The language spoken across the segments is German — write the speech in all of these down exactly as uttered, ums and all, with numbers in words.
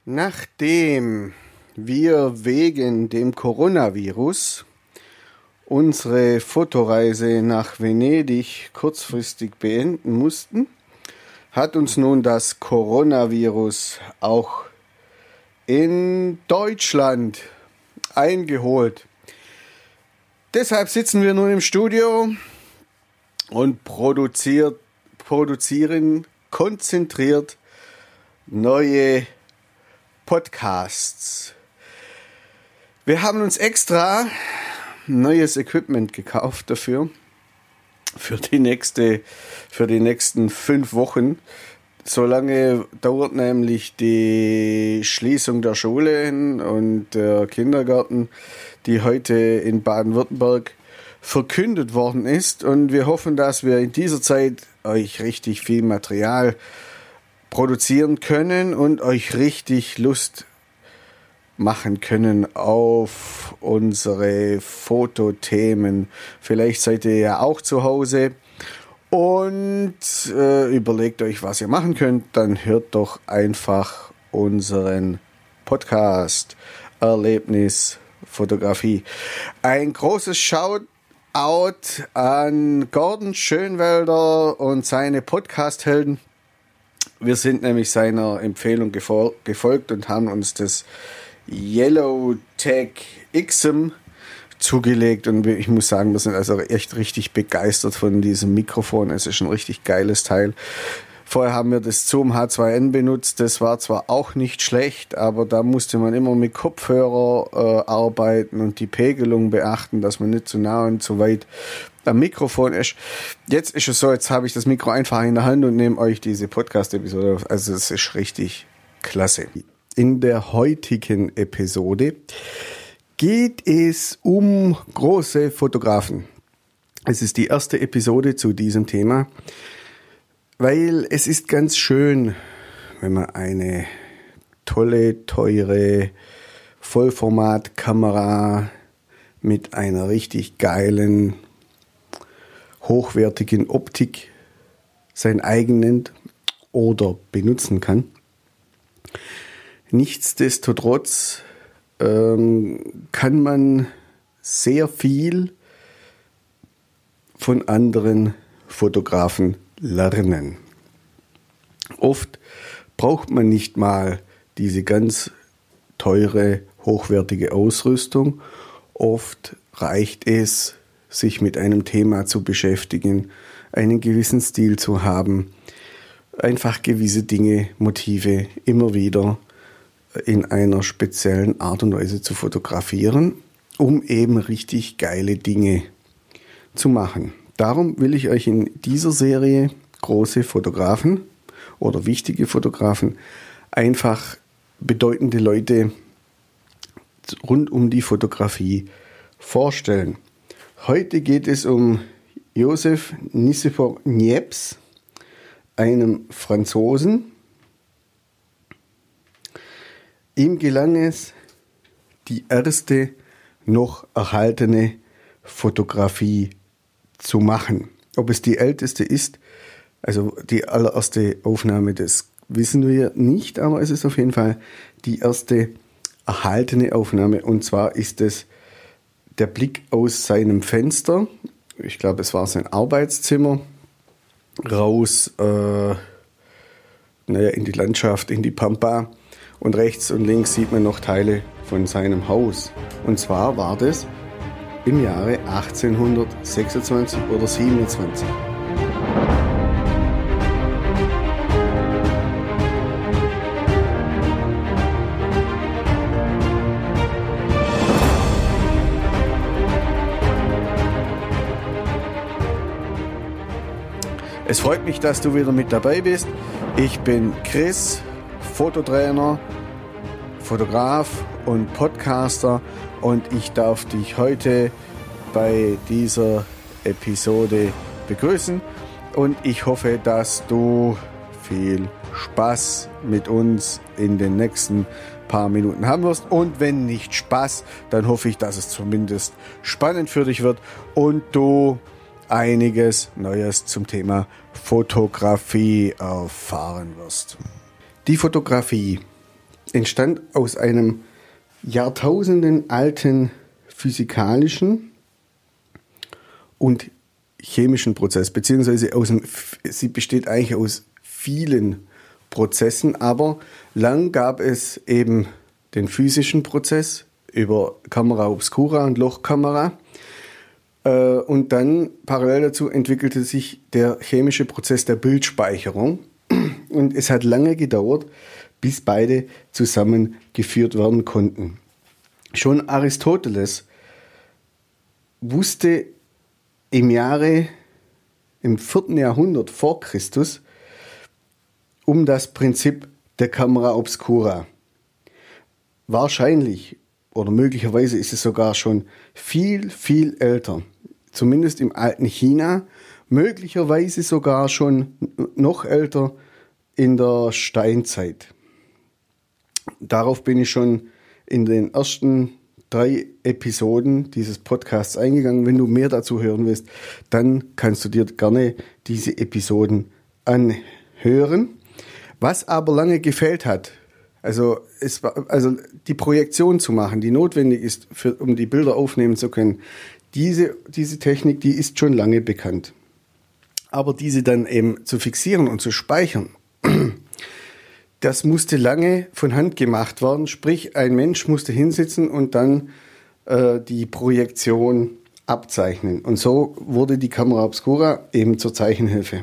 Nachdem wir wegen dem Coronavirus unsere Fotoreise nach Venedig kurzfristig beenden mussten, hat uns nun das Coronavirus auch in Deutschland eingeholt. Deshalb sitzen wir nun im Studio und produziert, produzieren konzentriert neue Podcasts. Wir haben uns extra neues Equipment gekauft dafür, für die nächste, für die nächsten fünf Wochen. Solange dauert nämlich die Schließung der Schulen und der Kindergarten, die heute in Baden-Württemberg verkündet worden ist. Und wir hoffen, dass wir in dieser Zeit euch richtig viel Material produzieren können und euch richtig Lust machen können auf unsere Fotothemen. Vielleicht seid ihr ja auch zu Hause und äh, überlegt euch, was ihr machen könnt. Dann hört doch einfach unseren Podcast Erlebnis Fotografie. Ein großes Shoutout an Gordon Schönwelder und seine Podcast-Helden. Wir sind nämlich seiner Empfehlung gefol- gefolgt und haben uns das Yellowtech X M zugelegt. Und ich muss sagen, wir sind also echt richtig begeistert von diesem Mikrofon. Es ist ein richtig geiles Teil. Vorher haben wir das Zoom H zwei N benutzt. Das war zwar auch nicht schlecht, aber da musste man immer mit Kopfhörer äh, arbeiten und die Pegelung beachten, dass man nicht zu nah und zu weit am Mikrofon ist. Jetzt ist es so, jetzt habe ich das Mikro einfach in der Hand und nehme euch diese Podcast-Episode auf. Also es ist richtig klasse. In der heutigen Episode geht es um große Fotografen. Es ist die erste Episode zu diesem Thema, weil es ist ganz schön, wenn man eine tolle, teure Vollformatkamera mit einer richtig geilen, hochwertigen Optik sein eigen nennt oder benutzen kann. Nichtsdestotrotz ähm, kann man sehr viel von anderen Fotografen lernen. Oft braucht man nicht mal diese ganz teure, hochwertige Ausrüstung. Oft reicht es, sich mit einem Thema zu beschäftigen, einen gewissen Stil zu haben, einfach gewisse Dinge, Motive immer wieder in einer speziellen Art und Weise zu fotografieren, um eben richtig geile Dinge zu machen. Darum will ich euch in dieser Serie große Fotografen oder wichtige Fotografen, einfach bedeutende Leute rund um die Fotografie vorstellen. Heute geht es um Joseph Nicéphore Niepce, einem Franzosen. Ihm gelang es, die erste noch erhaltene Fotografie zu machen. Ob es die älteste ist, also die allererste Aufnahme, das wissen wir nicht, aber es ist auf jeden Fall die erste erhaltene Aufnahme. Und zwar ist es der Blick aus seinem Fenster, ich glaube, es war sein Arbeitszimmer, raus äh, naja, in die Landschaft, in die Pampa. Und rechts und links sieht man noch Teile von seinem Haus. Und zwar war das im Jahre achtzehnhundertsechsundzwanzig oder siebenundzwanzig. Es freut mich, dass du wieder mit dabei bist. Ich bin Chris, Fototrainer, Fotograf und Podcaster und ich darf dich heute bei dieser Episode begrüßen und ich hoffe, dass du viel Spaß mit uns in den nächsten paar Minuten haben wirst und wenn nicht Spaß, dann hoffe ich, dass es zumindest spannend für dich wird und du einiges Neues zum Thema Fotografie erfahren wirst. Die Fotografie entstand aus einem Jahrtausenden alten physikalischen und chemischen Prozess, beziehungsweise aus dem, sie besteht eigentlich aus vielen Prozessen, aber lang gab es eben den physischen Prozess über Camera Obscura und Lochkamera äh, und dann parallel dazu entwickelte sich der chemische Prozess der Bildspeicherung und es hat lange gedauert, bis beide zusammengeführt werden konnten. Schon Aristoteles wusste im Jahre, im vierten Jahrhundert vor Christus, um das Prinzip der Camera Obscura. Wahrscheinlich oder möglicherweise ist es sogar schon viel, viel älter. Zumindest im alten China, möglicherweise sogar schon noch älter in der Steinzeit. Darauf bin ich schon in den ersten drei Episoden dieses Podcasts eingegangen. Wenn du mehr dazu hören willst, dann kannst du dir gerne diese Episoden anhören. Was aber lange gefehlt hat, also, es war, also die Projektion zu machen, die notwendig ist, für, um die Bilder aufnehmen zu können, diese, diese Technik, die ist schon lange bekannt. Aber diese dann eben zu fixieren und zu speichern, das musste lange von Hand gemacht werden. Sprich, ein Mensch musste hinsitzen und dann äh, die Projektion abzeichnen. Und so wurde die Camera Obscura eben zur Zeichenhilfe.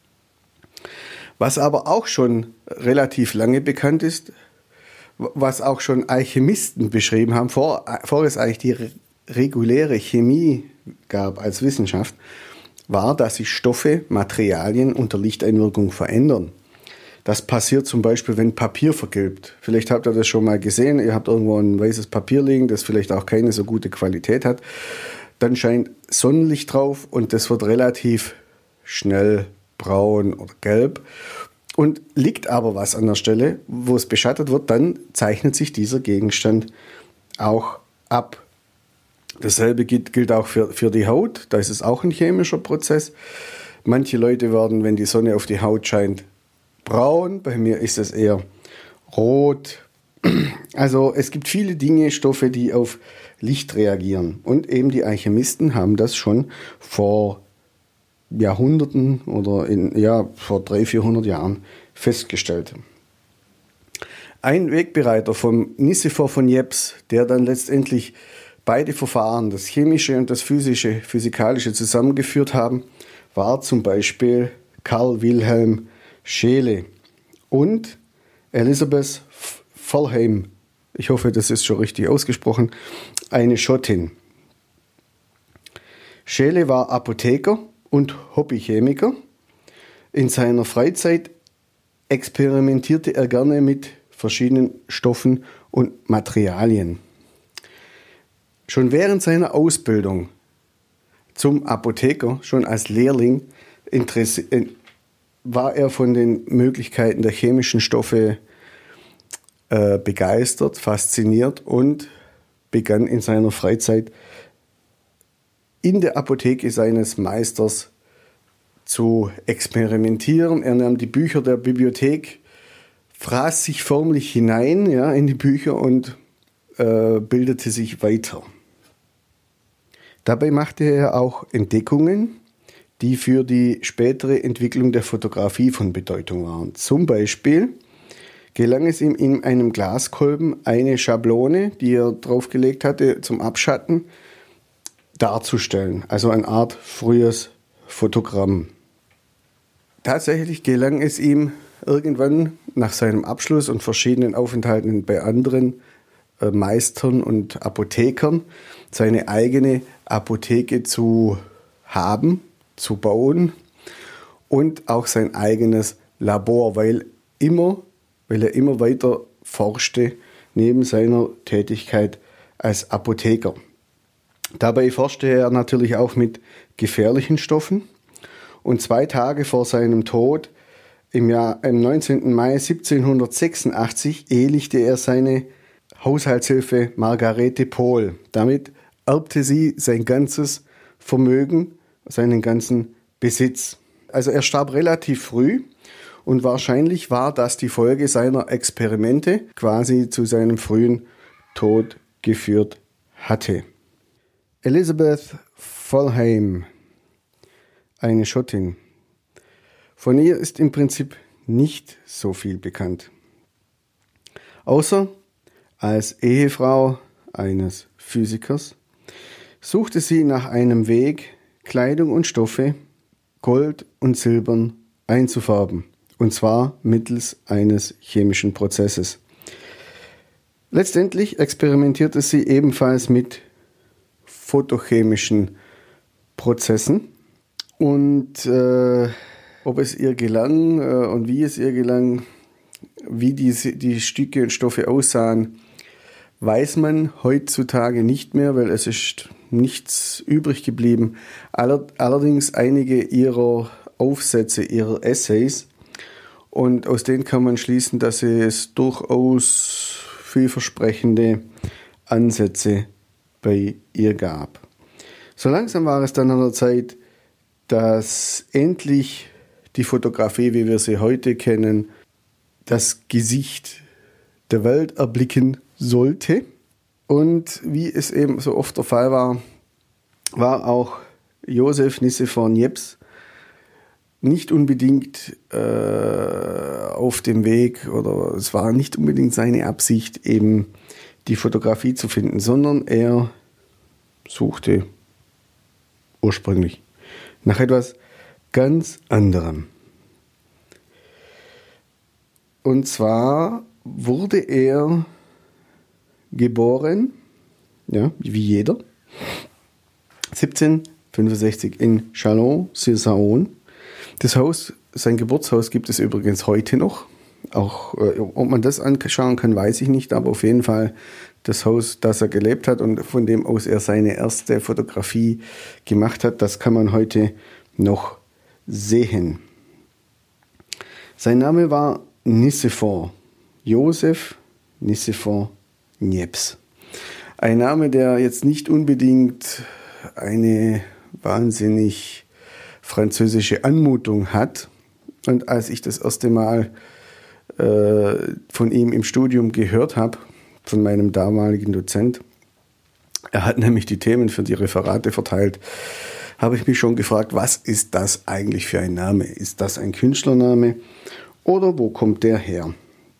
Was aber auch schon relativ lange bekannt ist, was auch schon Alchemisten beschrieben haben, vor, vor es eigentlich die re- reguläre Chemie gab als Wissenschaft, war, dass sich Stoffe, Materialien unter Lichteinwirkung verändern. Das passiert zum Beispiel, wenn Papier vergilbt. Vielleicht habt ihr das schon mal gesehen. Ihr habt irgendwo ein weißes Papier liegen, das vielleicht auch keine so gute Qualität hat. Dann scheint Sonnenlicht drauf und das wird relativ schnell braun oder gelb. Und liegt aber was an der Stelle, wo es beschattet wird, dann zeichnet sich dieser Gegenstand auch ab. Dasselbe gilt, gilt auch für, für die Haut. Da ist es auch ein chemischer Prozess. Manche Leute werden, wenn die Sonne auf die Haut scheint, braun, bei mir ist es eher rot. Also es gibt viele Dinge, Stoffe, die auf Licht reagieren. Und eben die Alchemisten haben das schon vor Jahrhunderten oder in, ja, vor dreihundert, vierhundert Jahren festgestellt. Ein Wegbereiter vom Nicephor von Jeps, der dann letztendlich beide Verfahren, das chemische und das physische, physikalische zusammengeführt haben, war zum Beispiel Carl Wilhelm Scheele und Elisabeth Vollheim, ich hoffe, das ist schon richtig ausgesprochen, eine Schottin. Scheele war Apotheker und Hobbychemiker. In seiner Freizeit experimentierte er gerne mit verschiedenen Stoffen und Materialien. Schon während seiner Ausbildung zum Apotheker, schon als Lehrling, interessiert war er von den Möglichkeiten der chemischen Stoffe äh, begeistert, fasziniert und begann in seiner Freizeit in der Apotheke seines Meisters zu experimentieren. Er nahm die Bücher der Bibliothek, fraß sich förmlich hinein, ja, in die Bücher und äh, bildete sich weiter. Dabei machte er auch Entdeckungen, die für die spätere Entwicklung der Fotografie von Bedeutung waren. Zum Beispiel gelang es ihm in einem Glaskolben eine Schablone, die er draufgelegt hatte zum Abschatten, darzustellen. Also eine Art frühes Fotogramm. Tatsächlich gelang es ihm irgendwann nach seinem Abschluss und verschiedenen Aufenthalten bei anderen äh, Meistern und Apothekern, seine eigene Apotheke zu haben, zu bauen und auch sein eigenes Labor, weil immer, weil er immer weiter forschte neben seiner Tätigkeit als Apotheker. Dabei forschte er natürlich auch mit gefährlichen Stoffen und zwei Tage vor seinem Tod im Jahr, im neunzehnten Mai siebzehnhundertsechsundachtzig ehelichte er seine Haushaltshilfe Margarete Pohl. Damit erbte sie sein ganzes Vermögen, seinen ganzen Besitz. Also er starb relativ früh und wahrscheinlich war das die Folge seiner Experimente, quasi zu seinem frühen Tod geführt hatte. Elizabeth Fulham, eine Schottin. Von ihr ist im Prinzip nicht so viel bekannt. Außer als Ehefrau eines Physikers suchte sie nach einem Weg, Kleidung und Stoffe, Gold und Silbern einzufärben, und zwar mittels eines chemischen Prozesses. Letztendlich experimentierte sie ebenfalls mit photochemischen Prozessen und äh, ob es ihr gelang äh, und wie es ihr gelang, wie diese, die Stücke und Stoffe aussahen, weiß man heutzutage nicht mehr, weil es ist nichts übrig geblieben. Aller, allerdings einige ihrer Aufsätze, ihrer Essays, und aus denen kann man schließen, dass es durchaus vielversprechende Ansätze bei ihr gab. So langsam war es dann an der Zeit, dass endlich die Fotografie, wie wir sie heute kennen, das Gesicht der Welt erblicken sollte. Und wie es eben so oft der Fall war, war auch Joseph Nicéphore Niepce nicht unbedingt äh, auf dem Weg, oder es war nicht unbedingt seine Absicht, eben die Fotografie zu finden, sondern er suchte ursprünglich nach etwas ganz anderem. Und zwar wurde er geboren, ja, wie jeder, siebzehnhundertfünfundsechzig in Chalon-sur-Saône. Das Haus, sein Geburtshaus gibt es übrigens heute noch. Auch äh, ob man das anschauen kann, weiß ich nicht, aber auf jeden Fall das Haus, das er gelebt hat und von dem aus er seine erste Fotografie gemacht hat, das kann man heute noch sehen. Sein Name war Nicéphore, Joseph Nicéphore Niepce. Ein Name, der jetzt nicht unbedingt eine wahnsinnig französische Anmutung hat. Und als ich das erste Mal äh, von ihm im Studium gehört habe, von meinem damaligen Dozent, er hat nämlich die Themen für die Referate verteilt, habe ich mich schon gefragt, was ist das eigentlich für ein Name? Ist das ein Künstlername oder wo kommt der her?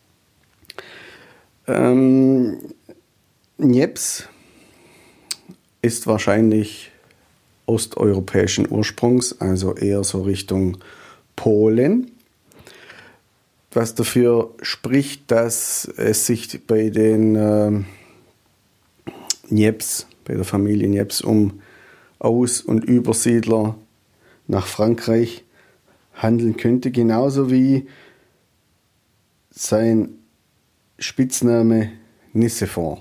Ähm, Niepce ist wahrscheinlich osteuropäischen Ursprungs, also eher so Richtung Polen, was dafür spricht, dass es sich bei den äh, Niepce, bei der Familie Niepce um Aus- und Übersiedler nach Frankreich handeln könnte, genauso wie sein Spitzname Nicéphore.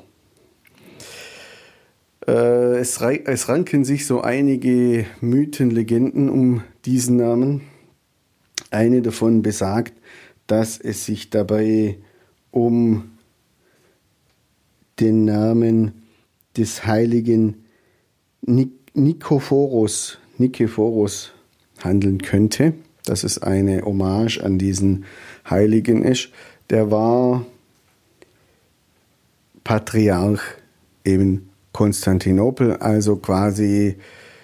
Äh, es, es ranken sich so einige Mythen, Legenden um diesen Namen. Eine davon besagt, dass es sich dabei um den Namen des heiligen Nikephoros, Nikephoros handeln könnte, dass es eine Hommage an diesen Heiligen ist. Der war Patriarch in Konstantinopel, also quasi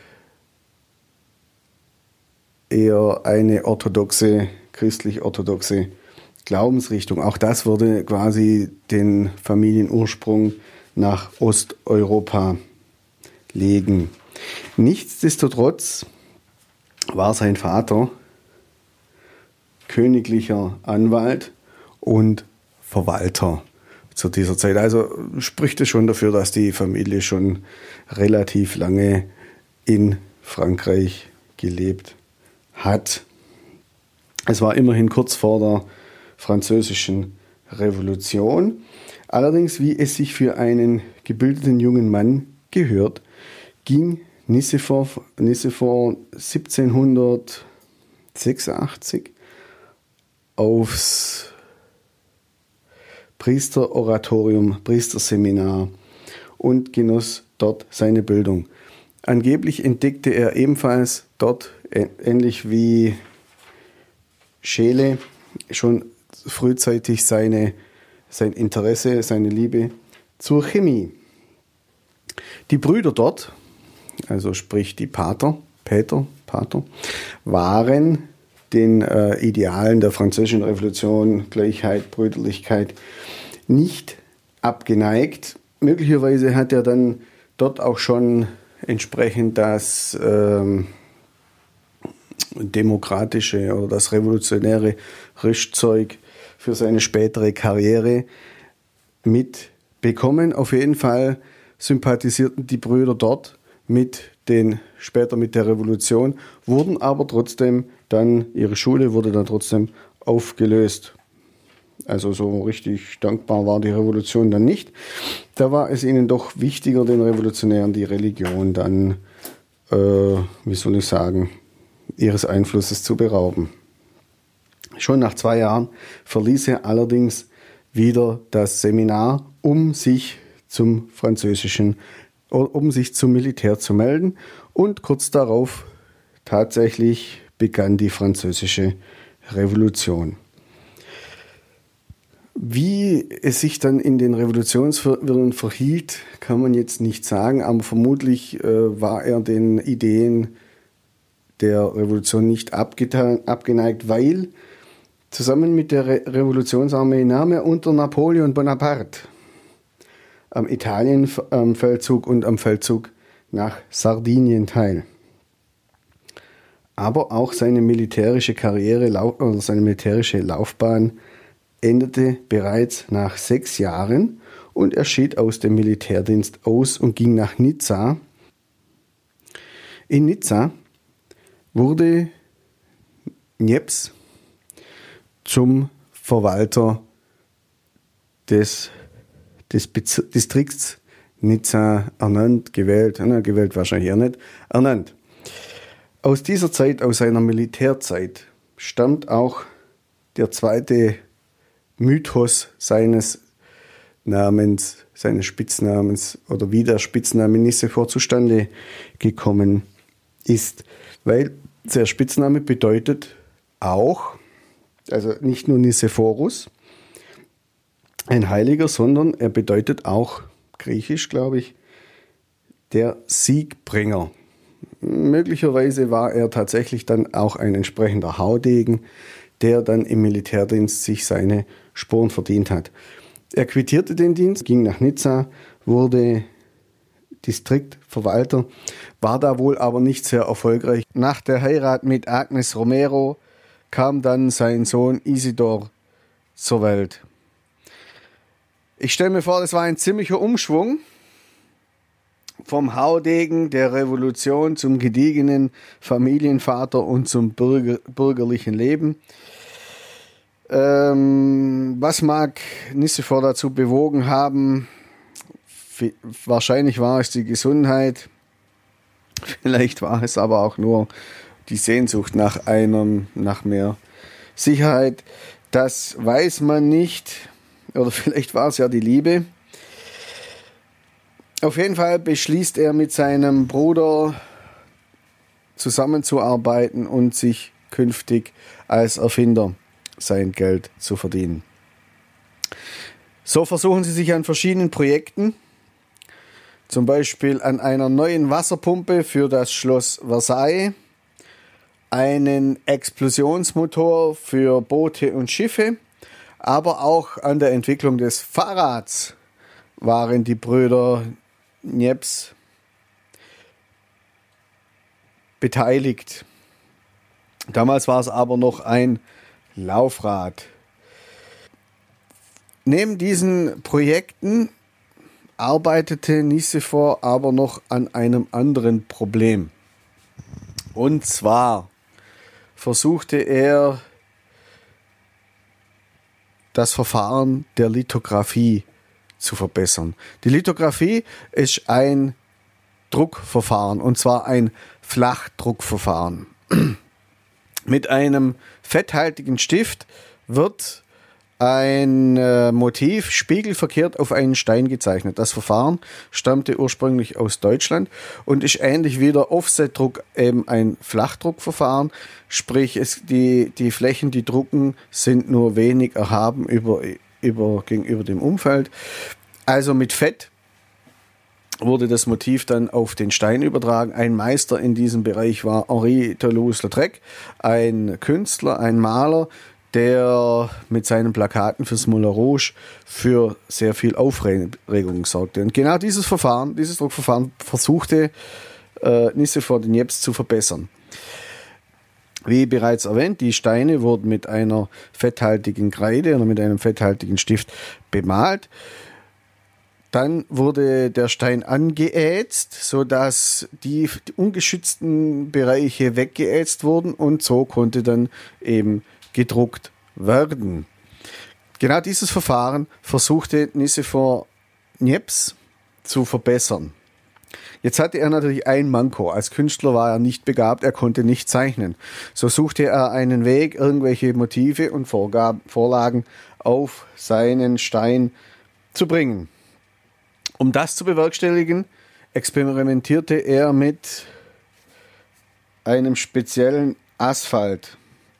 eher eine orthodoxe, christlich-orthodoxe Glaubensrichtung. Auch das würde quasi den Familienursprung nach Osteuropa legen. Nichtsdestotrotz war sein Vater königlicher Anwalt und Verwalter zu dieser Zeit. Also spricht es schon dafür, dass die Familie schon relativ lange in Frankreich gelebt hat. Es war immerhin kurz vor der Französischen Revolution. Allerdings, wie es sich für einen gebildeten jungen Mann gehört, ging Nicéphore, Nicéphore siebzehnhundertsechsundachtzig aufs Priesteroratorium, Priesterseminar und genoss dort seine Bildung. Angeblich entdeckte er ebenfalls dort, ähnlich wie Scheele, schon frühzeitig seine, sein Interesse, seine Liebe zur Chemie. Die Brüder dort, also sprich die Pater, Peter, Pater, waren den äh, Idealen der Französischen Revolution, Gleichheit, Brüderlichkeit, nicht abgeneigt. Möglicherweise hat er dann dort auch schon entsprechend das ähm, demokratische oder das revolutionäre Rüstzeug für seine spätere Karriere mitbekommen. Auf jeden Fall sympathisierten die Brüder dort mit den, später mit der Revolution, wurden aber trotzdem dann, ihre Schule wurde dann trotzdem aufgelöst. Also so richtig dankbar war die Revolution dann nicht. Da war es ihnen doch wichtiger, den Revolutionären die Religion dann, äh, wie soll ich sagen, ihres Einflusses zu berauben. Schon nach zwei Jahren verließ er allerdings wieder das Seminar, um sich zum französischen, um sich zum Militär zu melden. Und kurz darauf tatsächlich begann die Französische Revolution. Wie es sich dann in den Revolutionswirren verhielt, kann man jetzt nicht sagen, aber vermutlich äh, war er den Ideen der Revolution nicht abgetan, abgeneigt, weil zusammen mit der Re- Revolutionsarmee nahm er unter Napoleon Bonaparte am Italienfeldzug und am Feldzug nach Sardinien teil. Aber auch seine militärische Karriere oder seine militärische Laufbahn endete bereits nach sechs Jahren und er schied aus dem Militärdienst aus und ging nach Nizza. In Nizza wurde Niepce zum Verwalter des, des Bez- Distrikts Nizza ernannt, gewählt, na, gewählt wahrscheinlich eher nicht, ernannt. Aus dieser Zeit, aus seiner Militärzeit, stammt auch der zweite Mythos seines Namens, seines Spitznamens oder wie der Spitzname Nicephor zustande gekommen ist. Weil der Spitzname bedeutet auch, also nicht nur Nicephorus, ein Heiliger, sondern er bedeutet auch, griechisch glaube ich, der Siegbringer. Möglicherweise war er tatsächlich dann auch ein entsprechender Haudegen, der dann im Militärdienst sich seine Sporen verdient hat. Er quittierte den Dienst, ging nach Nizza, wurde Distriktverwalter, war da wohl aber nicht sehr erfolgreich. Nach der Heirat mit Agnes Romero kam dann sein Sohn Isidor zur Welt. Ich stelle mir vor, das war ein ziemlicher Umschwung vom Haudegen der Revolution zum gediegenen Familienvater und zum Bürger, bürgerlichen Leben. Ähm, was mag Nicephor dazu bewogen haben? V- wahrscheinlich war es die Gesundheit. Vielleicht war es aber auch nur die Sehnsucht nach einem, nach mehr Sicherheit. Das weiß man nicht. Oder vielleicht war es ja die Liebe. Auf jeden Fall beschließt er mit seinem Bruder zusammenzuarbeiten und sich künftig als Erfinder sein Geld zu verdienen. So versuchen sie sich an verschiedenen Projekten, zum Beispiel an einer neuen Wasserpumpe für das Schloss Versailles, einen Explosionsmotor für Boote und Schiffe, aber auch an der Entwicklung des Fahrrads waren die Brüder Niepce beteiligt. Damals war es aber noch ein Laufrad. Neben diesen Projekten arbeitete Nicephor aber noch an einem anderen Problem. Und zwar versuchte er, das Verfahren der Lithografie zu verbessern. Die Lithografie ist ein Druckverfahren, und zwar ein Flachdruckverfahren. Mit einem fetthaltigen Stift wird ein äh, Motiv spiegelverkehrt auf einen Stein gezeichnet. Das Verfahren stammte ursprünglich aus Deutschland und ist ähnlich wie der Offsetdruck eben ein Flachdruckverfahren. Sprich, es, die, die Flächen, die drucken, sind nur wenig erhaben über, über, gegenüber dem Umfeld. Also mit Fett wurde das Motiv dann auf den Stein übertragen. Ein Meister in diesem Bereich war Henri Toulouse-Lautrec, ein Künstler, ein Maler, der mit seinen Plakaten fürs Moulin Rouge für sehr viel Aufregung sorgte. Und genau dieses Verfahren, dieses Druckverfahren versuchte äh, Nicéphore de Niepce zu verbessern. Wie bereits erwähnt, die Steine wurden mit einer fetthaltigen Kreide oder mit einem fetthaltigen Stift bemalt. Dann wurde der Stein angeätzt, sodass die, die ungeschützten Bereiche weggeätzt wurden und so konnte dann eben gedruckt werden. Genau dieses Verfahren versuchte Nicéphore Niepce zu verbessern. Jetzt hatte er natürlich ein Manko. Als Künstler war er nicht begabt, er konnte nicht zeichnen. So suchte er einen Weg, irgendwelche Motive und Vorgaben, Vorlagen auf seinen Stein zu bringen. Um das zu bewerkstelligen, experimentierte er mit einem speziellen Asphalt,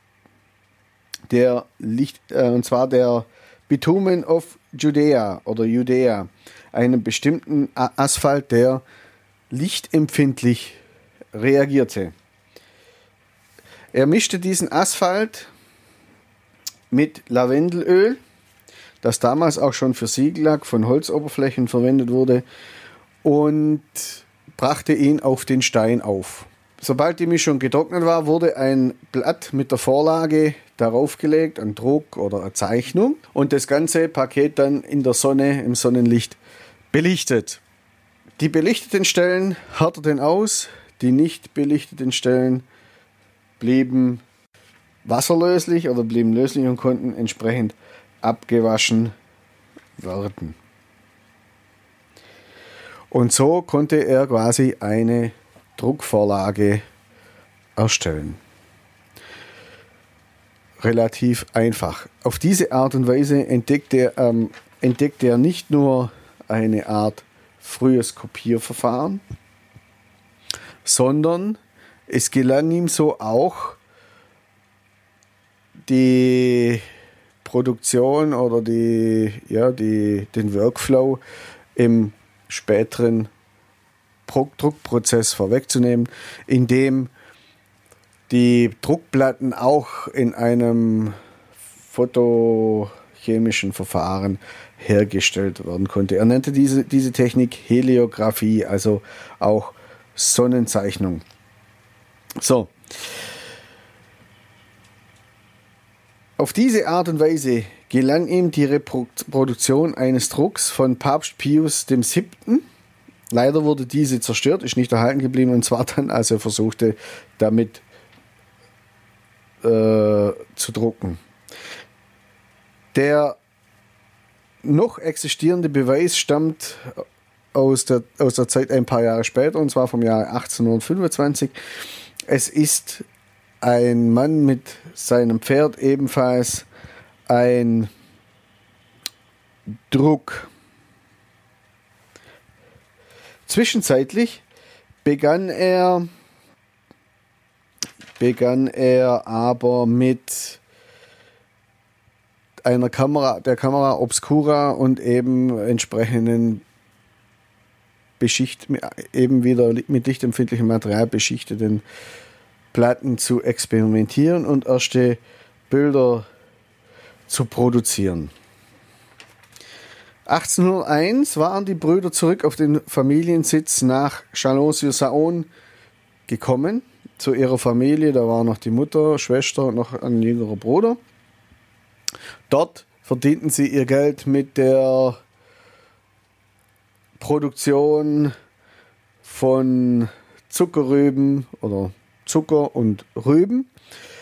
der Licht, äh, und zwar der Bitumen of Judea oder Judäa, einem bestimmten Asphalt, der lichtempfindlich reagierte. Er mischte diesen Asphalt mit Lavendelöl, das damals auch schon für Siegellack von Holzoberflächen verwendet wurde, und brachte ihn auf den Stein auf. Sobald die Mischung getrocknet war, wurde ein Blatt mit der Vorlage darauf gelegt, ein Druck oder eine Zeichnung, und das ganze Paket dann in der Sonne, im Sonnenlicht belichtet. Die belichteten Stellen härteten aus, die nicht belichteten Stellen blieben wasserlöslich oder blieben löslich und konnten entsprechend abgewaschen werden. Und so konnte er quasi eine Druckvorlage erstellen. Relativ einfach. Auf diese Art und Weise entdeckte er, ähm, entdeckte er nicht nur eine Art frühes Kopierverfahren, sondern es gelang ihm so auch, die Produktion oder die, ja, die, den Workflow im späteren Druckprozess vorwegzunehmen, indem die Druckplatten auch in einem photochemischen Verfahren hergestellt werden konnte. Er nannte diese, diese Technik Heliographie, also auch Sonnenzeichnung. So. Auf diese Art und Weise gelang ihm die Reproduktion eines Drucks von Papst Pius der Siebte. Leider wurde diese zerstört, ist nicht erhalten geblieben, und zwar dann, als er versuchte, damit äh, zu drucken. Der noch existierende Beweis stammt aus der, aus der Zeit ein paar Jahre später, und zwar vom Jahr achtzehnhundertfünfundzwanzig. Es ist ein Mann mit seinem Pferd, ebenfalls ein Druck. Zwischenzeitlich begann er, begann er aber mit einer Kamera, der Kamera Obscura und eben entsprechenden beschicht, eben wieder mit lichtempfindlichem Material beschichteten Platten zu experimentieren und erste Bilder zu produzieren. achtzehnhunderteins waren die Brüder zurück auf den Familiensitz nach Chalon-sur-Saône gekommen, zu ihrer Familie. Da war noch die Mutter, Schwester und noch ein jüngerer Bruder. Dort verdienten sie ihr Geld mit der Produktion von Zuckerrüben oder Zucker und Rüben,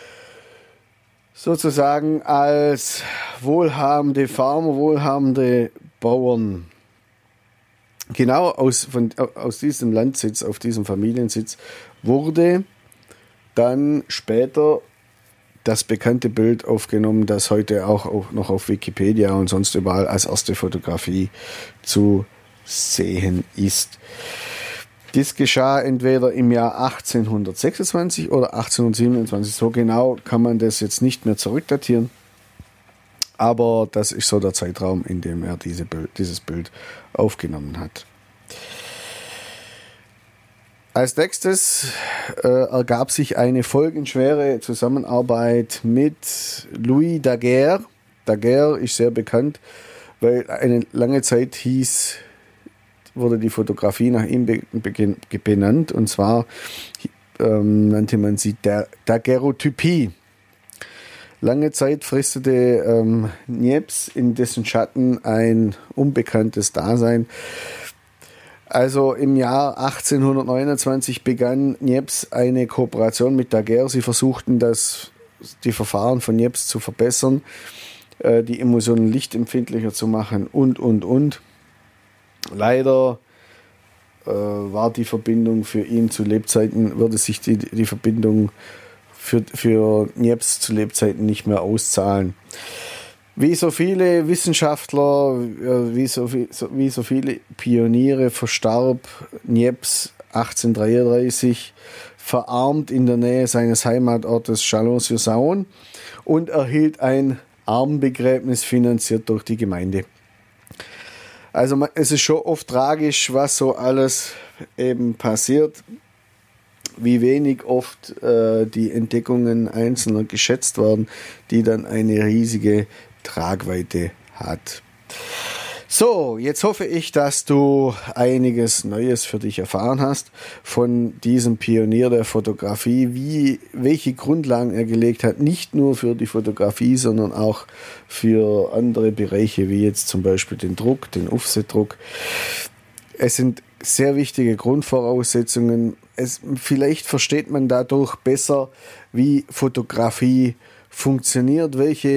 sozusagen als wohlhabende Farmer, wohlhabende Bauern. Genau aus, von, aus diesem Landsitz, auf diesem Familiensitz, wurde dann später das bekannte Bild aufgenommen, das heute auch, auch noch auf Wikipedia und sonst überall als erste Fotografie zu sehen ist. Dies geschah entweder im Jahr achtzehnhundertsechsundzwanzig oder achtzehnhundertsiebenundzwanzig. So genau kann man das jetzt nicht mehr zurückdatieren. Aber das ist so der Zeitraum, in dem er diese Bild, dieses Bild aufgenommen hat. Als nächstes äh, ergab sich eine folgenschwere Zusammenarbeit mit Louis Daguerre. Daguerre ist sehr bekannt, weil eine lange Zeit hieß, wurde die Fotografie nach ihm be- be- benannt, und zwar ähm, nannte man sie da- Daguerreotypie. Lange Zeit fristete ähm, Niepce in dessen Schatten ein unbekanntes Dasein. Also im Jahr achtzehnhundertneunundzwanzig begann Niepce eine Kooperation mit Daguerre. Sie versuchten, das, die Verfahren von Niepce zu verbessern, äh, die Emulsionen lichtempfindlicher zu machen und, und, und. Leider äh, war die Verbindung für ihn zu Lebzeiten, würde sich die, die Verbindung für, für Niepce zu Lebzeiten nicht mehr auszahlen. Wie so viele Wissenschaftler, wie so, wie so viele Pioniere verstarb Niepce achtzehnhundertdreiunddreißig verarmt in der Nähe seines Heimatortes Chalon-sur-Saône und erhielt ein Armenbegräbnis finanziert durch die Gemeinde. Also es ist schon oft tragisch, was so alles eben passiert, wie wenig oft äh, die Entdeckungen Einzelner geschätzt werden, die dann eine riesige Tragweite hat. So, jetzt hoffe ich, dass du einiges Neues für dich erfahren hast von diesem Pionier der Fotografie, wie, welche Grundlagen er gelegt hat, nicht nur für die Fotografie, sondern auch für andere Bereiche, wie jetzt zum Beispiel den Druck, den Offsetdruck. Es sind sehr wichtige Grundvoraussetzungen. Es, vielleicht versteht man dadurch besser, wie Fotografie funktioniert, welche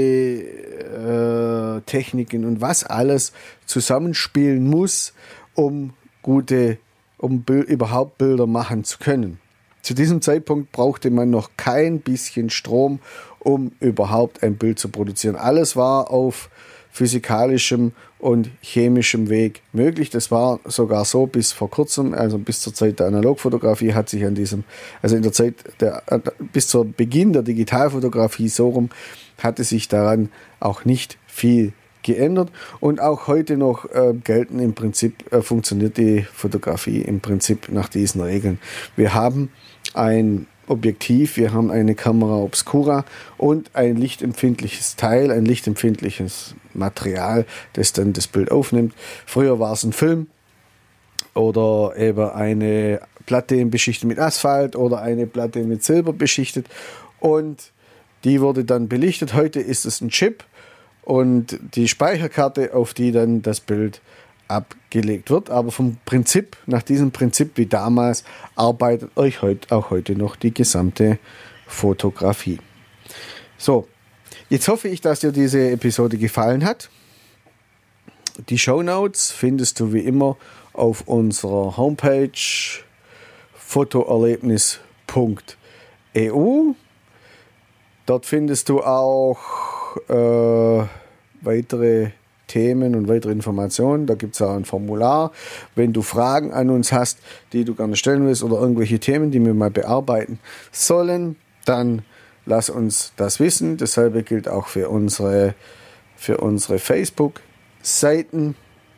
äh, Techniken und was alles zusammenspielen muss, um gute, um Bil- überhaupt Bilder machen zu können. Zu diesem Zeitpunkt brauchte man noch kein bisschen Strom, um überhaupt ein Bild zu produzieren. Alles war auf physikalischem und chemischem Weg möglich. Das war sogar so bis vor kurzem, also bis zur Zeit der Analogfotografie hat sich an diesem, also in der Zeit der, bis zur Beginn der Digitalfotografie so rum, hatte sich daran auch nicht viel geändert, und auch heute noch äh, gelten im Prinzip, äh, funktioniert die Fotografie im Prinzip nach diesen Regeln. Wir haben ein Objektiv, wir haben eine Kamera obscura und ein lichtempfindliches Teil, ein lichtempfindliches Material, das dann das Bild aufnimmt. Früher war es ein Film oder eben eine Platte beschichtet mit Asphalt oder eine Platte mit Silber beschichtet, und die wurde dann belichtet. Heute ist es ein Chip und die Speicherkarte, auf die dann das Bild abgelegt wird. Aber vom Prinzip, nach diesem Prinzip wie damals, arbeitet euch heute, auch heute noch die gesamte Fotografie. So, jetzt hoffe ich, dass dir diese Episode gefallen hat. Die Shownotes findest du wie immer auf unserer Homepage fotoerlebnis punkt e u. Dort findest du auch äh, weitere Themen und weitere Informationen. Da gibt es auch ein Formular. Wenn du Fragen an uns hast, die du gerne stellen willst, oder irgendwelche Themen, die wir mal bearbeiten sollen, dann lass uns das wissen. Dasselbe gilt auch für unsere, für unsere Facebook-Seiten.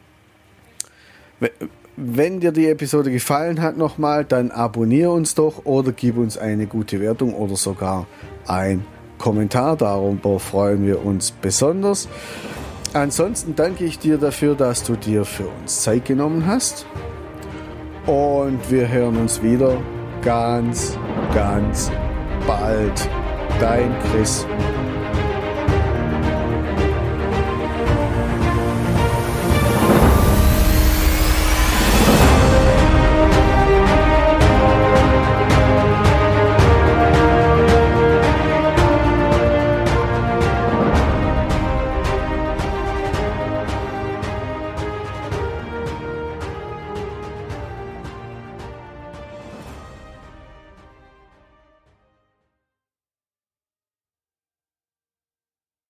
Wenn dir die Episode gefallen hat, nochmal, dann abonniere uns doch oder gib uns eine gute Wertung oder sogar ein Kommentar. Darüber freuen wir uns besonders. Ansonsten danke ich dir dafür, dass du dir für uns Zeit genommen hast. Und wir hören uns wieder ganz, ganz bald. Dein Chris.